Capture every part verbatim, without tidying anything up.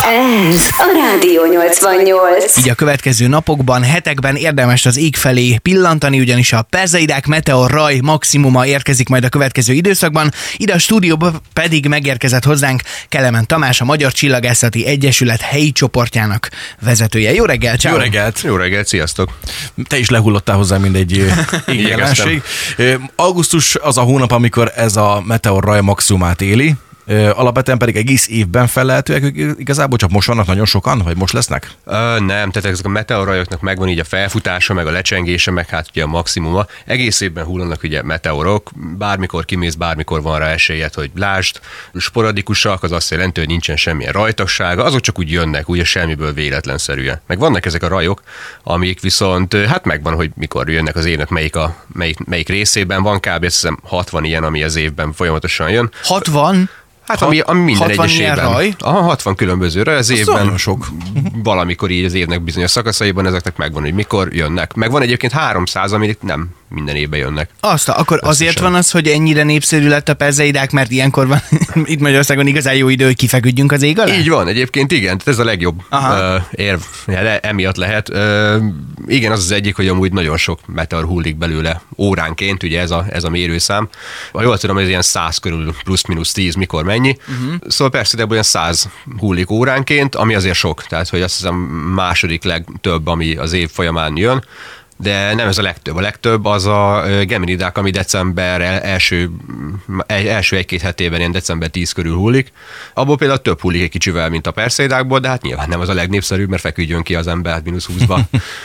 Ez a Rádió nyolcvannyolc. Így a következő napokban, hetekben érdemes az ég felé pillantani, ugyanis a perzeidák meteor raj maximuma érkezik majd a következő időszakban. Ide a stúdióba pedig megérkezett hozzánk Kelemen Tamás, a Magyar Csillagászati Egyesület helyi csoportjának vezetője. Jó reggelt, ciao. Jó reggelt! Jó reggelt, sziasztok! Te is lehullotál hozzá, mint egy égjelenség. Augusztus az a hónap, amikor ez a meteor raj maximumát éli. Alapvetően pedig egész évben felelhetőek, igazából csak most vannak nagyon sokan, vagy most lesznek? Ö, nem, tehát ezek a meteorrajoknak megvan így a felfutása, meg a lecsengése, meg hát ugye a maximuma. Egész évben hullanak ugye meteorok, bármikor kimész, bármikor van rá esélyed, hogy lásd, sporadikusak, az azt jelenti, hogy nincsen semmilyen rajtagsága, azok csak úgy jönnek, ugye semmiből véletlenszerűen. Meg vannak ezek a rajok, amik viszont, hát megvan, hogy mikor jönnek az évnek, melyik, a, melyik, melyik részében van, kb. Azt hiszem hatvan ilyen, ami az évben folyamatosan jön. hatvan? Hát ami, ami minden egyes évben. Raj? Aha, hatvan különböző raj az, az évben. Sok. Valamikor így az évnek bizonyos szakaszaiban ezeknek megvan, hogy mikor jönnek. Meg van egyébként háromszáz, amik nem minden évben jönnek. Azt, akkor Összesen. Azért van az, hogy ennyire népszerű lett a perzeidák, mert ilyenkor van itt Magyarországon igazán jó idő, hogy kifeküdjünk az ég alá? Így van, egyébként igen, ez a legjobb uh, érv, emiatt lehet. Uh, igen, az az egyik, hogy amúgy nagyon sok meteor hullik belőle óránként, ugye ez a, ez a mérőszám. Ha jól tudom, ez ilyen száz körül plusz-minusz tíz, mikor mennyi. Uh-huh. Szóval persze, de olyan száz hullik óránként, ami azért sok, tehát hogy azt hiszem második legtöbb, ami az év folyamán jön. De nem ez a legtöbb. A legtöbb az a geminidák, ami december első, első egy-két hetében ilyen december tíz körül hullik. Abból például több hullik egy kicsivel, mint a perszeidákból, de hát nyilván nem az a legnépszerűbb, mert feküdjön ki az ember mínusz húszba.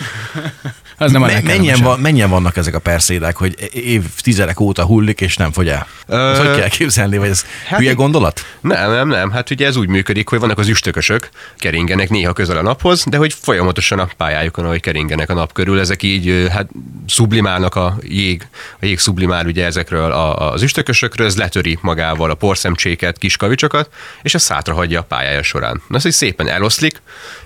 Az nem a Me- mennyien, van, mennyien vannak ezek a perszédák, hogy évtizedek óta hullik, és nem fogy el? Ö... Hogy kell képzelni, vagy ez hát hülye gondolat? Nem, nem, nem. Hát ugye ez úgy működik, hogy vannak az üstökösök, keringenek néha közel a naphoz, de hogy folyamatosan a pályájukon, ahogy keringenek a nap körül, ezek így hát sublimálnak a jég, a jég sublimál ugye ezekről a, az üstökösökről, ez letöri magával a porszemcséket, kis kavicsokat, és ezt hátrahagyja a pályája során. Na, ez így szépen eloszlik,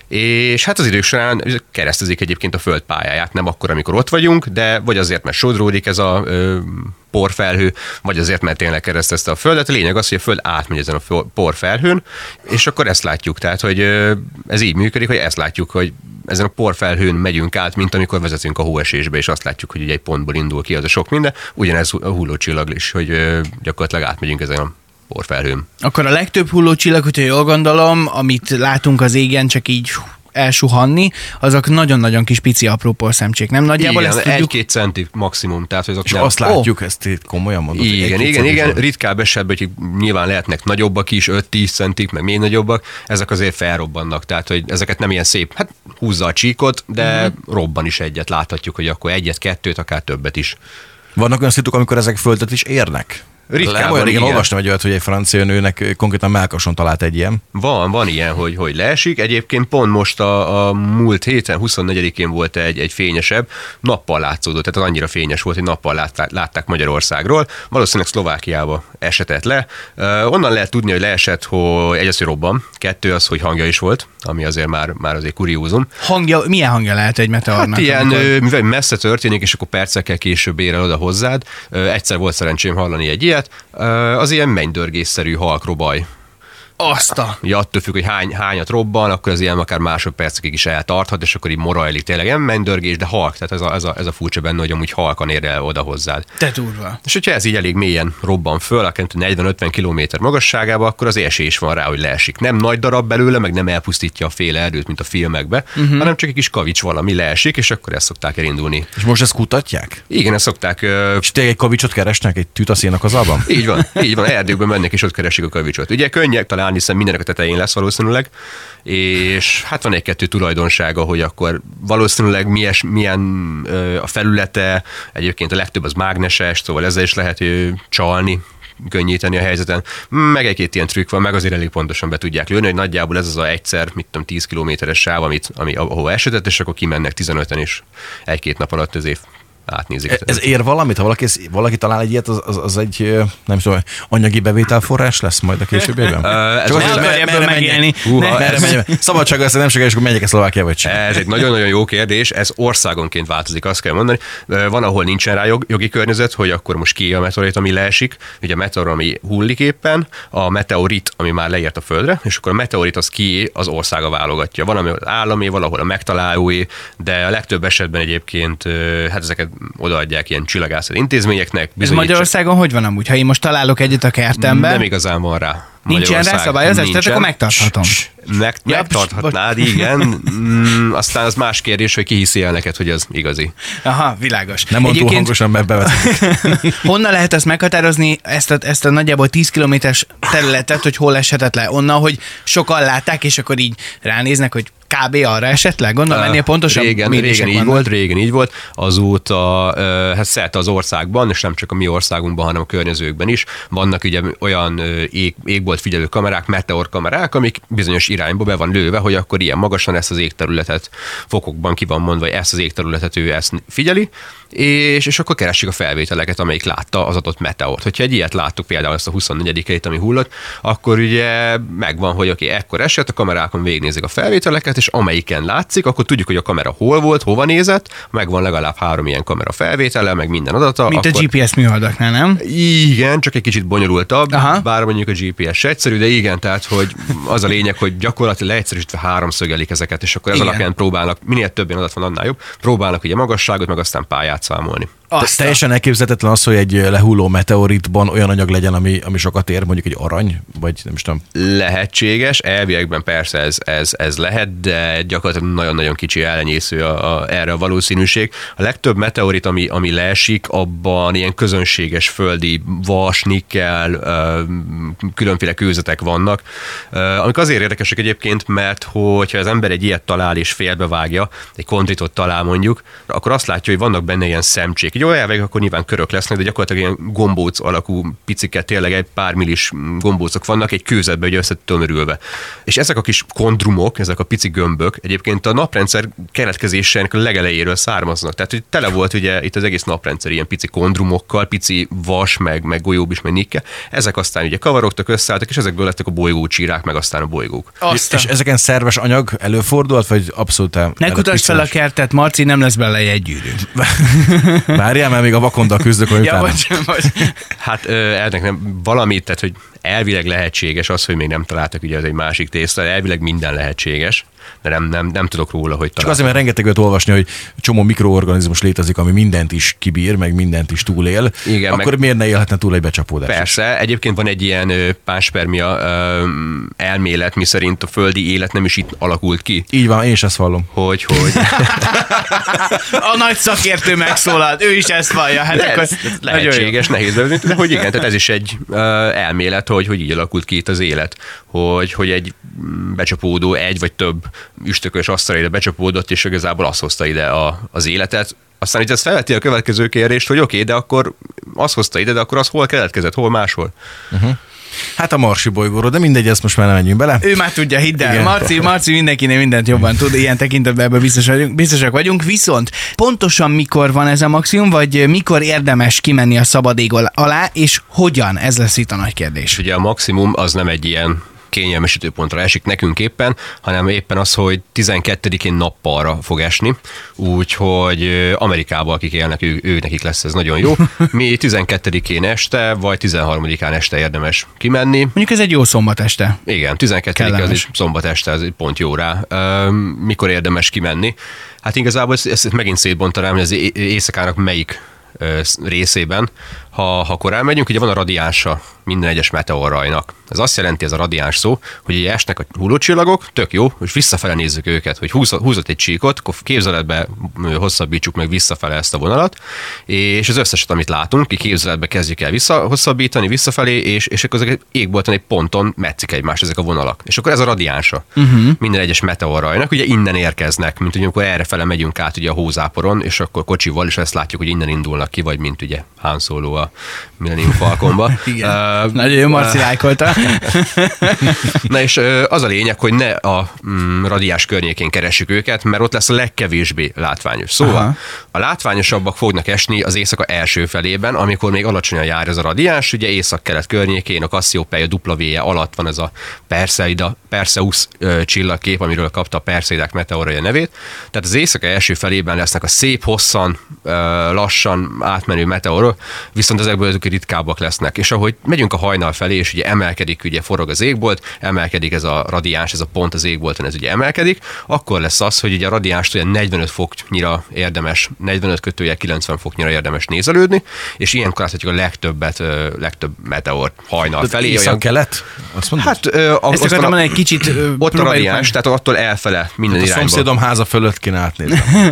és hát az idők során keresztezik egyébként a föld pályáját, nem akkor, amikor ott vagyunk, de vagy azért, mert sodródik ez a ö, porfelhő, vagy azért, mert tényleg keresztezte a földet. A lényeg az, hogy a föld átmegy ezen a porfelhőn, és akkor ezt látjuk. Tehát, hogy ö, ez így működik, hogy ezt látjuk, hogy ezen a porfelhőn megyünk át, mint amikor vezetünk a hóesésbe, és azt látjuk, hogy ugye egy pontból indul ki az a sok minden. Ugyanez a hullócsillag is, hogy ö, gyakorlatilag átmegyünk ezen a porfelhőn. Akkor a legtöbb hullócsillag, hogyha jól gondolom, amit látunk az égen, csak így elsuhanni, azok nagyon-nagyon kis pici apró porszemcsék, nem? Nagyjából igen, ezt tudjuk... egy-két centi maximum. Tehát, hogy azok és nem... azt látjuk, oh. ezt itt komolyan mondod. Igen, igen, igen. Ritkább esetben, hogy nyilván lehetnek nagyobbak is, öt-tíz centik, meg még nagyobbak, ezek azért felrobbannak. Tehát, hogy ezeket nem ilyen szép, hát húzza a csíkot, de mm-hmm. robban is egyet. Láthatjuk, hogy akkor egyet, kettőt, akár többet is. Vannak olyan szituk, amikor ezek földet is érnek? Ritkában, olyan régen igen. olvastam egy olyat, hogy egy francia nőnek konkrétan mellkason talált egy ilyen. Van, van ilyen, hogy, hogy leesik. Egyébként pont most a, a múlt héten, huszonnegyedikén volt egy, egy fényesebb, nappal látszódott, tehát az annyira fényes volt, hogy nappal látták, látták Magyarországról. Valószínűleg Szlovákiába esetett le. Uh, onnan lehet tudni, hogy leesett, hogy egy az, hogy robban, kettő az, hogy hangja is volt, ami azért már, már azért kuriózum. Hangja, milyen hangja lehet egy meteornak? Hát ilyen, amikor... mivel messze történik, és akkor percekkel később ér el oda hozzád. Uh, egyszer volt szerencsém hallani egy ilyet, az ilyen mennydörgésszerű halkrobaj. Azt a... Ja, attól függ, hogy hány, hányat robban, akkor az ilyen akár másodpercekig is eltarthat, és akkor így morajlik tényleg. Nem mennydörgés, de halk, tehát ez a, ez, a, ez a furcsa benne, hogy amúgy halkan ér el oda hozzád. Te durva. És hogyha ez így elég mélyen robban föl, akár negyven-ötven kilométer magasságába, akkor az esély van rá, hogy leesik. Nem nagy darab belőle, meg nem elpusztítja a fél erdőt, mint a filmekbe, uh-huh. hanem csak egy kis kavics valami leesik, és akkor ezt szokták elindulni. És most ezt kutatják? Igen, ezt szokták. Uh... És tényleg egy kavicsot keresnek, egy tűtaszénak az abban? Így van, így van, erdőkben mennek, és ott keresik a kavicsot. Ugye könnyek találni, hiszen mindenek a tetején lesz valószínűleg, és hát van egy-kettő tulajdonsága, hogy akkor valószínűleg milyen, milyen ö, a felülete, egyébként a legtöbb az mágneses, szóval ezzel is lehet ö, csalni, könnyíteni a helyzeten. Meg egy-két ilyen trükk van, meg azért elég pontosan be tudják lőni, hogy nagyjából ez az a egyszer, mit tudom, tíz kilométeres sáv, amit, ami, ahova esetett, és akkor kimennek tizenöten is egy-két nap alatt az év átnézik. Ez ér valamit? Ha valaki, valaki talál egy ilyet, az, az, az egy, nem tudom, anyagi bevételforrás lesz majd a későbbiekben? Csak az, hogy ebből megélni. Szabadság lesz, nem sokáig, és akkor megyek a Szlovákia vagy sem. Ez egy nagyon-nagyon jó kérdés, ez országonként változik, azt kell mondani. Van, ahol nincsen rá jog, jogi környezet, hogy akkor most ki a meteorit, ami leesik. Ugye a meteor, ami hullik éppen, a meteorit, ami már leért a földre, és akkor a meteorit az ki az országa válogatja. Van, ami az állami, valahol a megtalálói, de a legtöbb esetben egyébként hát ezeket odaadják ilyen csillagászat intézményeknek. Ez Magyarországon hogy van amúgy? Ha én most találok egyet a kertemben? Nem igazán van rá. Nincsen rá szabályozás, tehát akkor megtarthatom. Meg, megtarthatnád, igen. Mm, aztán az más kérdés, hogy ki hiszi el neked, hogy az igazi. Aha, világos. Nem mond túl hangosan, mert bevezetünk. Honnan lehet ezt meghatározni, ezt a, ezt a nagyjából tíz kilométeres területet, hogy hol eshetett le? Onnan, hogy sokan látták, és akkor így ránéznek, hogy kb. Arra esetleg? Gondolom, ennél pontosan régen, régen így volt, régen így volt. Azóta hát szerte az országban, és nem csak a mi országunkban, hanem a környezőkben is vannak ugye olyan ég, égbolt figyelő kamerák, meteorkamerák, amik bizonyos irányba be van lőve, hogy akkor ilyen magasan ezt az égterületet fokokban ki van mondva, hogy ezt az égterületet ő ezt figyeli, és, és akkor keressük a felvételeket, amelyik látta az adott meteort. Hogyha egy ilyet láttuk, például ezt a huszonnegyedikét, ami hullott, akkor ugye megvan, hogy oké, okay, ekkor esett, a kamerákon végignézik a felvételeket, és amelyiken látszik, akkor tudjuk, hogy a kamera hol volt, hova nézett, megvan legalább három ilyen kamera felvétele, meg minden adata. Mint akkor... a gé pé es műholdaknál, nem? Igen, csak egy kicsit bonyolultabb, aha, bár mondjuk a gé pé es egyszerű, de igen, tehát hogy az a lényeg, hogy gyakorlatilag leegyszerűsítve háromszögelik ezeket, és akkor ez igen. alapján próbálnak, minél több adat van, annál jobb, próbálnak ugye magasságot, meg aztán pályát számolni. Aztán. Teljesen elképzelhetetlen az, hogy egy lehulló meteoritban olyan anyag legyen, ami, ami sokat ér, mondjuk egy arany, vagy nem is tudom. Lehetséges, elviekben persze ez, ez, ez lehet, de gyakorlatilag nagyon-nagyon kicsi ellenyésző a, a, erre a valószínűség. A legtöbb meteorit, ami, ami leesik, abban ilyen közönséges földi vas, nikkel, különféle kőzetek vannak, amik azért érdekesek egyébként, mert hogyha az ember egy ilyet talál és félbevágja, egy kondritot talál mondjuk, akkor azt látja, hogy vannak benne ilyen szemcsék. Egy olyan elveg, akkor nyilván körök lesznek, de gyakorlatilag ilyen gombóc alakú piciket, tényleg egy pár millis gombócok vannak egy kőzetbe, hogy összetömörülve. És ezek a kis kondrumok, ezek a pici gömbök egyébként a naprendszer keletkezésének a legelejéről származnak. Tehát, hogy tele volt ugye itt az egész naprendszer ilyen pici kondrumokkal, pici vas, meg, meg golyóbis, meg nikkel. Ezek aztán ugye kavarogtak, összeálltak, és ezekből lettek a bolygócsírák, meg aztán a bolygók. Aztán. És ezeken szerves anyag előfordult, vagy abszolút? Ne kutasd fel a kertet, Marci, nem lesz bele egy gyűrű. Várjál, mert még a vakondal küzdök, hogy ja, vagy, vagy. Hát ennek nem valamit, tehát hogy elvileg lehetséges az, hogy még nem találtak, ugye ez egy másik tészta, elvileg minden lehetséges, de nem, nem, nem tudok róla, hogy találtak. Csak azért, mert rengeteget olvasni, hogy csomó mikroorganizmus létezik, ami mindent is kibír, meg mindent is túlél. Igen, akkor meg... miért ne élhetne túl egy becsapódás? Persze, is? Egyébként van egy ilyen pánspermia elmélet, miszerint a földi élet nem is itt alakult ki. Így van, én is ezt vallom. Hogy, hogy... A nagy szakértő megszólalt, ő is ezt vallja. Hát ez, akkor ez lehetséges, nehéz bevezetni, de hogy igen, tehát ez is egy uh, elmélet, hogy, hogy így alakult ki itt az élet. Hogy, hogy egy becsapódó, egy vagy több üstökös asztalra becsapódott, és igazából azt hozta ide a, az életet. Aztán itt ez felveti a következő kérdést, hogy oké, okay, de akkor azt hozta ide, de akkor az hol keletkezett, hol máshol? Uh-huh. Hát a Marsi bolygóról, de mindegy, ezt most már nem menjünk bele. Ő már tudja, hidd el. Marci, Marci mindenkinél mindent jobban tud, ilyen tekintetben ebben biztos vagyunk, biztosak vagyunk. Viszont pontosan mikor van ez a maximum, vagy mikor érdemes kimenni a szabad ég alá, és hogyan? Ez lesz itt a nagy kérdés. Ugye a maximum az nem egy ilyen kényelmes időpontra esik nekünk éppen, hanem éppen az, hogy tizenkettedikén nappalra fog esni, úgyhogy Amerikában, akik élnek, ő, ő nekik lesz ez nagyon jó. Mi tizenkettedikén este, vagy tizenharmadikán este érdemes kimenni. Mondjuk ez egy jó szombat este. Igen, tizenkettedikén az is szombat este, ez pont jó rá. Mikor érdemes kimenni? Hát igazából ezt, ezt megint szétbontanám, hogy az éjszakának melyik részében. Ha, ha korán megyünk, ugye van a radiánsa minden egyes meteorrajnak. Ez azt jelenti, ez a radiáns szó, hogy ugye esnek a hullócsillagok, tök jó, hogy visszafele nézzük őket, hogy húzott, húzott egy csíkot, akkor képzeletbe hosszabbítsuk meg visszafele ezt a vonalat, és az összeset, amit látunk, ki képzeletbe kezdjük el vissza, hosszabbítani, visszafelé, és, és akkor ezek égbolton egy ponton metszik egymást ezek a vonalak. És akkor ez a radiánsa uh-huh. minden egyes meteorrajnak, ugye innen érkeznek, mint hogy amikor errefele megyünk át ugye a hózáporon, és akkor kocsival, és ezt látjuk, hogy innen indulnak ki, vagy mint ugye Han Solo a a Millennium Falconba. Igen. Uh, Nagyon jó, Marci lájkolta. Na és uh, az a lényeg, hogy ne a mm, radiás környékén keressük őket, mert ott lesz a legkevésbé látványos. Szóval Aha. a látványosabbak fognak esni az éjszaka első felében, amikor még alacsonyan jár ez a radiás, ugye észak-kelet környékén, a Cassiopeia dupla vé-je alatt van ez a Perseida, Perseus uh, csillagkép, amiről kapta a Perseidák meteorja nevét. Tehát az éjszaka első felében lesznek a szép, hosszan, uh, lassan átmenő meteorok, viszont ezekből ezek ritkábbak lesznek. És ahogy megyünk a hajnal felé, és ugye emelkedik, ugye forog az égbolt, emelkedik ez a radiáns, ez a pont az égbolton, ez ugye emelkedik, akkor lesz az, hogy ugye a radiánst ugye negyvenöt foknyira érdemes, negyvenöt kötője kilencven foknyira érdemes nézelődni, és ilyenkor láthatjuk a legtöbbet, legtöbb meteor hajnal felé. Észak-kelet? Azt mondod? Hát, ö, a, ezt akartam mondani egy kicsit. Ott a radiáns, tehát attól elfele minden hát irányba. A szomszédom háza fölött kéne átnézni.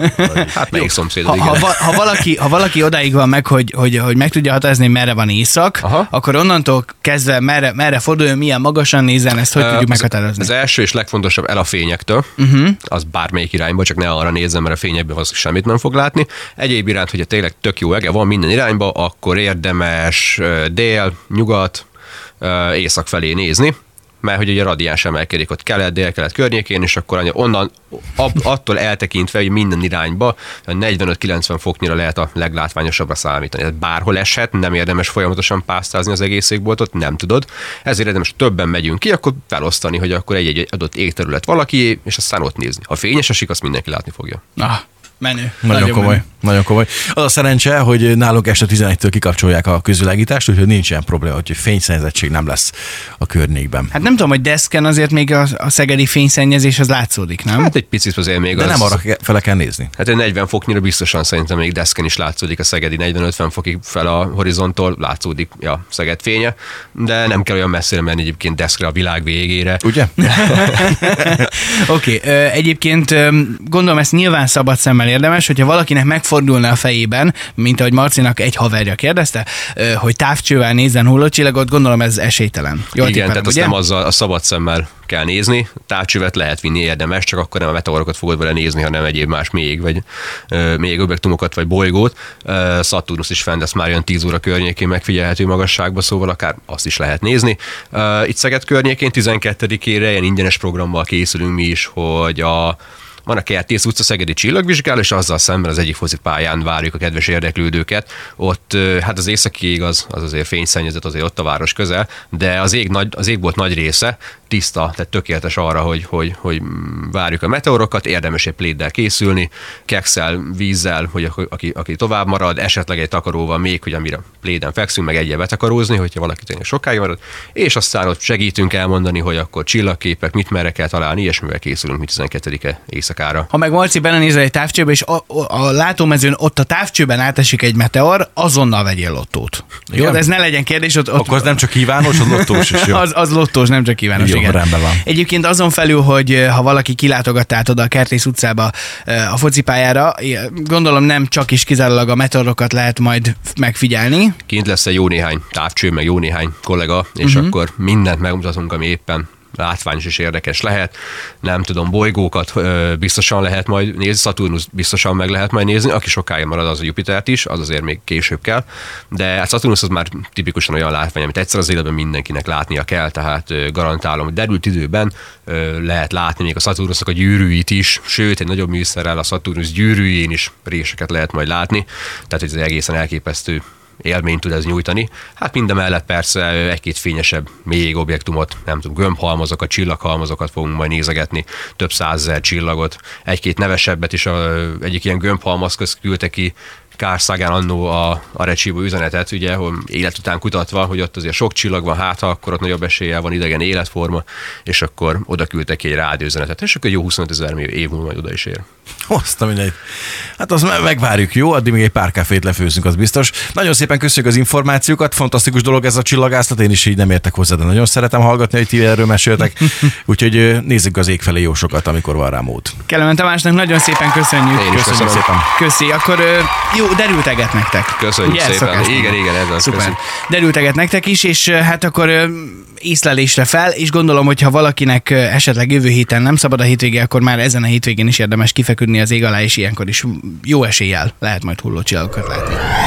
Hát melyik szomszédod, ha, ha, ha, valaki, ha valaki odáig van meg, hogy, hogy, hogy meg tudja határozni, merre van észak, Aha. akkor onnantól kezdve merre, merre forduljon, milyen magasan nézzen, ezt hogy uh, tudjuk meghatározni? Az első és legfontosabb el a fényektől, uh-huh. az bármelyik irányba, csak ne arra nézzen, mert a fényekben az semmit nem fog látni. Egyéb iránt, hogyha tényleg tök jó ege van minden irányba, akkor érdemes dél, nyugat, észak felé nézni, mert hogy ugye a radiáns emelkedik ott kelet, dél-kelet környékén, és akkor onnan attól eltekintve, hogy minden irányba negyvenöt-kilencven foknyira lehet a leglátványosabbra számítani. Tehát bárhol eshet, nem érdemes folyamatosan pásztázni az egész égboltot, nem tudod. Ezért érdemes, többen megyünk ki, akkor felosztani, hogy akkor egy-egy adott égterület valaki, és aztán ott nézni. Ha fényes esik, azt mindenki látni fogja. Ah. Menő. Nagyon, nagyon komoly. Menő. Nagyon komoly. Az a szerencse, hogy nálunk este tizenegytől kikapcsolják a közvilágítást, úgyhogy nincs ilyen probléma, hogy fényszennyezettség nem lesz a környékben. Hát nem tudom, hogy deszken azért még a, a szegedi fényszennyezés az látszódik, nem? Hát egy picit azért még De az... nem arra fele kell nézni. Hát egy negyven foknyira biztosan szerintem még deszken is látszódik a szegedi, negyven-ötven fokig fel a horizonttól látszódik ja, Szeged fénye, de nem kell olyan messzire menni egyébként deszkre a világ végére. Ugye? Oké, okay, egyébként gondolom ezt nyilván szabad szemmel érdemes, hogyha valakinek megfordulna a fejében, mint ahogy Marcinak egy haverja kérdezte, hogy távcsővel nézzen hullócsillagot, gondolom ez esélytelen. Jól Igen, tehát azt nem azzal a szabad szemmel kell nézni, távcsövet lehet vinni érdemes, csak akkor nem a meteorokat fogod vele nézni, hanem egyéb más még, vagy uh, még objektumokat, vagy bolygót. Uh, Saturnus is fent, ezt már olyan tíz óra környékén megfigyelhető magasságban, szóval akár azt is lehet nézni. Uh, itt Szeged környékén tizenkettedikére ilyen ingyenes programmal készülünk mi is, hogy a van a Kertész utca szegedi csillagvizsgáló, és azzal szemben az egyik focipályán várjuk a kedves érdeklődőket. Ott hát az északi ég az, az azért fényszennyezett, azért ott a város közel, de az ég nagy, az égbolt nagy része tiszta, tehát tökéletes arra, hogy, hogy, hogy várjuk a meteorokat, érdemes egy pléddel készülni, kekszel, vízzel, hogy aki, aki tovább marad, esetleg egy takaróval még, hogy amire pléden fekszünk, meg egyel betakarózni, hogyha valaki tényleg sokáig marad, és aztán ott segítünk elmondani, hogy akkor csillagképek, mit merre kell találni, ilyesmivel készülünk, mint tizenkettedike éjszakára. Ha meg Marci belenézel egy távcsőbe, és a, a, a látómezőn ott a távcsőben átesik egy meteor, azonnal vegyél lottót. Jó, de ez ne legyen kérdés. Ott, ott akkor az nem csak kívános, az lottós is jó. az, az lottós, nem csak kívános. Jó, rendben van. Egyébként azon felül, hogy ha valaki kilátogatta át oda a Kertész utcába a focipályára, gondolom nem csak is kizárólag a meteorokat lehet majd megfigyelni. Kint lesz egy jó néhány távcső, meg jó néhány kollega, és uh-huh. akkor mindent megmutatunk, ami éppen látványos és érdekes lehet. Nem tudom, bolygókat ö, biztosan lehet majd nézni, Saturnus biztosan meg lehet majd nézni, aki sokáig marad, az a Jupitert is, az azért még később kell, de hát Saturnus az már tipikusan olyan látvány, amit egyszer az életben mindenkinek látnia kell, tehát ö, garantálom, hogy derült időben ö, lehet látni még a Saturnusnak a gyűrűit is, sőt, egy nagyobb műszerrel a Saturnus gyűrűjén is réseket lehet majd látni, tehát ez egészen elképesztő élményt tud ez nyújtani. Hát mindemellett persze egy-két fényesebb még objektumot, nem tudom, gömbhalmazokat, csillaghalmazokat fogunk majd nézegetni, több százezer csillagot, egy-két nevesebbet is, a, egyik ilyen gömbhalmazköz küldte ki Carl Sagan annó a Arecibo üzenetet, ugye, hogy élet után kutatva, hogy ott azért sok csillag van, hát ha akkor ott nagyobb eséllyel van idegen életforma, és akkor oda küldtek ki egy rádióüzenetet, és akkor jó huszonöt ezer év múlva majd oda is ér. Hoztam mindegy. Hát azt megvárjuk, jó? Addig még egy pár káfét lefőzünk, az biztos. Nagyon szépen köszönjük az információkat, fantasztikus dolog ez a csillagászat, én is így nem értek hozzá, de nagyon szeretem hallgatni, hogy ti erről meséltek, úgyhogy nézzük az ég felé jó sokat, amikor van rá mód. Kelemen Tamásnak nagyon szépen köszönjük. Én is köszönöm szépen. Köszi, akkor jó, derülteget nektek. Köszönjük ugye, szépen. Szokás. Igen, igen, ez az. Szuper. Derülteget nektek is, és hát akkor észlelésre fel, és gondolom, hogy ha valakinek esetleg jövő héten nem szabad a hétvége, akkor már ezen a hétvégén is érdemes kifeküdni az ég alá, és ilyenkor is jó eséllyel lehet majd hullócsillagokat látni.